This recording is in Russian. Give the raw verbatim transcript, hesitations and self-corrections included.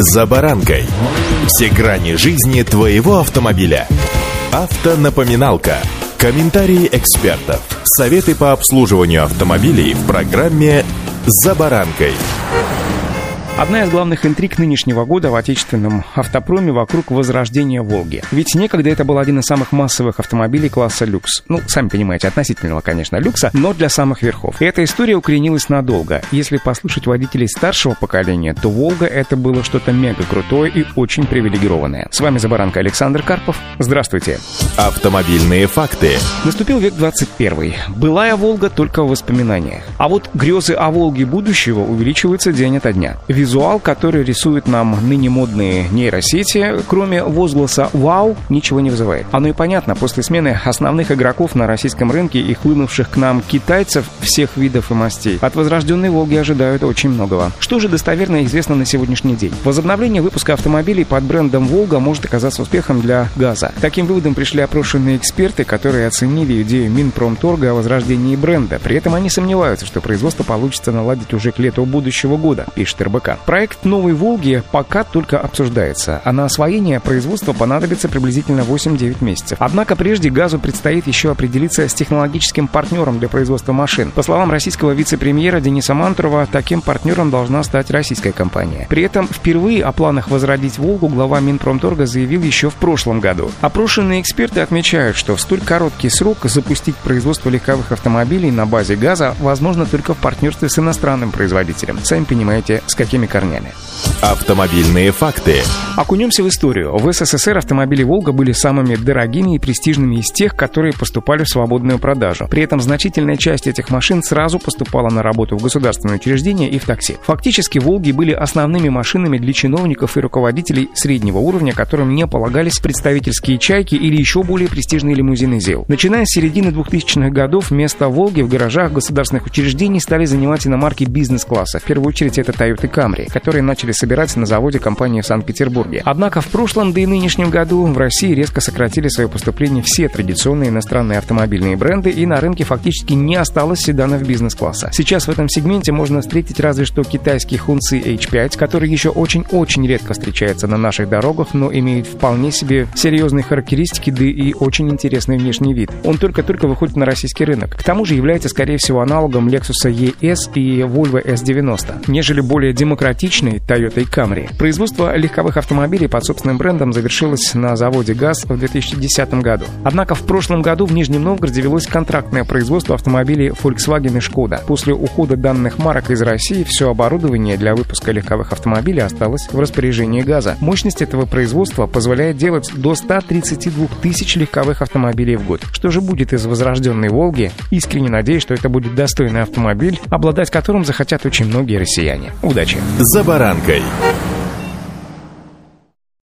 «За баранкой». Все грани жизни твоего автомобиля. Автонапоминалка. Комментарии экспертов. Советы по обслуживанию автомобилей в программе «За баранкой». Одна из главных интриг нынешнего года в отечественном автопроме вокруг возрождения «Волги». Ведь некогда это был один из самых массовых автомобилей класса люкс. Ну, сами понимаете, относительного, конечно, люкса, но для самых верхов. И эта история укоренилась надолго. Если послушать водителей старшего поколения, то «Волга» — это было что-то мега крутое и очень привилегированное. С вами «За баранкой» Александр Карпов. Здравствуйте. Автомобильные факты. Наступил век двадцать первый. Былая «Волга» только в воспоминаниях. А вот грезы о «Волге» будущего увеличиваются день ото дня. Визуал, который рисуют нам ныне модные нейросети, кроме возгласа «Вау», ничего не вызывает. Оно и понятно, после смены основных игроков на российском рынке и хлынувших к нам китайцев всех видов и мастей, от возрожденной «Волги» ожидают очень многого. Что же достоверно известно на сегодняшний день? Возобновление выпуска автомобилей под брендом «Волга» может оказаться успехом для ГАЗа. Таким выводом пришли опрошенные эксперты, которые оценили идею Минпромторга о возрождении бренда. При этом они сомневаются, что производство получится наладить уже к лету будущего года, пишет эр бэ ка. Проект новой «Волги» пока только обсуждается, а на освоение производства понадобится приблизительно восемь-девять месяцев. Однако прежде ГАЗу предстоит еще определиться с технологическим партнером для производства машин. По словам российского вице-премьера Дениса Мантурова, таким партнером должна стать российская компания. При этом впервые о планах возродить «Волгу» глава Минпромторга заявил еще в прошлом году. Опрошенные эксперты отмечают, что в столь короткий срок запустить производство легковых автомобилей на базе ГАЗа возможно только в партнерстве с иностранным производителем. Сами понимаете, с какими корнями. Автомобильные факты. Окунемся в историю. В эс эс эс эр автомобили «Волга» были самыми дорогими и престижными из тех, которые поступали в свободную продажу. При этом значительная часть этих машин сразу поступала на работу в государственные учреждения и в такси. Фактически «Волги» были основными машинами для чиновников и руководителей среднего уровня, которым не полагались представительские «Чайки» или еще более престижные лимузины ЗИЛ. Начиная с середины двухтысячных годов, место «Волги» в гаражах государственных учреждений стали занимать иномарки бизнес-класса. В первую очередь это Toyota Camry, которые начали собирать на заводе компании в Санкт-Петербурге. Однако в прошлом, да и нынешнем году в России резко сократили свое поступление все традиционные иностранные автомобильные бренды, и на рынке фактически не осталось седанов бизнес-класса. Сейчас в этом сегменте можно встретить разве что китайский Хунци эйч пять, который еще очень-очень редко встречается на наших дорогах, но имеет вполне себе серьезные характеристики, да и очень интересный внешний вид. Он только-только выходит на российский рынок. К тому же является, скорее всего, аналогом Lexus и эс и Volvo эс девяносто, нежели более демократичный Toyota Camry. Производство легковых автомобилей под собственным брендом завершилось на заводе ГАЗ в две тысячи десятом году. Однако в прошлом году в Нижнем Новгороде велось контрактное производство автомобилей Volkswagen и Skoda. После ухода данных марок из России все оборудование для выпуска легковых автомобилей осталось в распоряжении ГАЗа. Мощность этого производства позволяет делать до ста тридцати двух тысяч легковых автомобилей в год. Что же будет из возрожденной «Волги»? Искренне надеюсь, что это будет достойный автомобиль, обладать которым захотят очень многие россияне. Удачи! «За баранкой».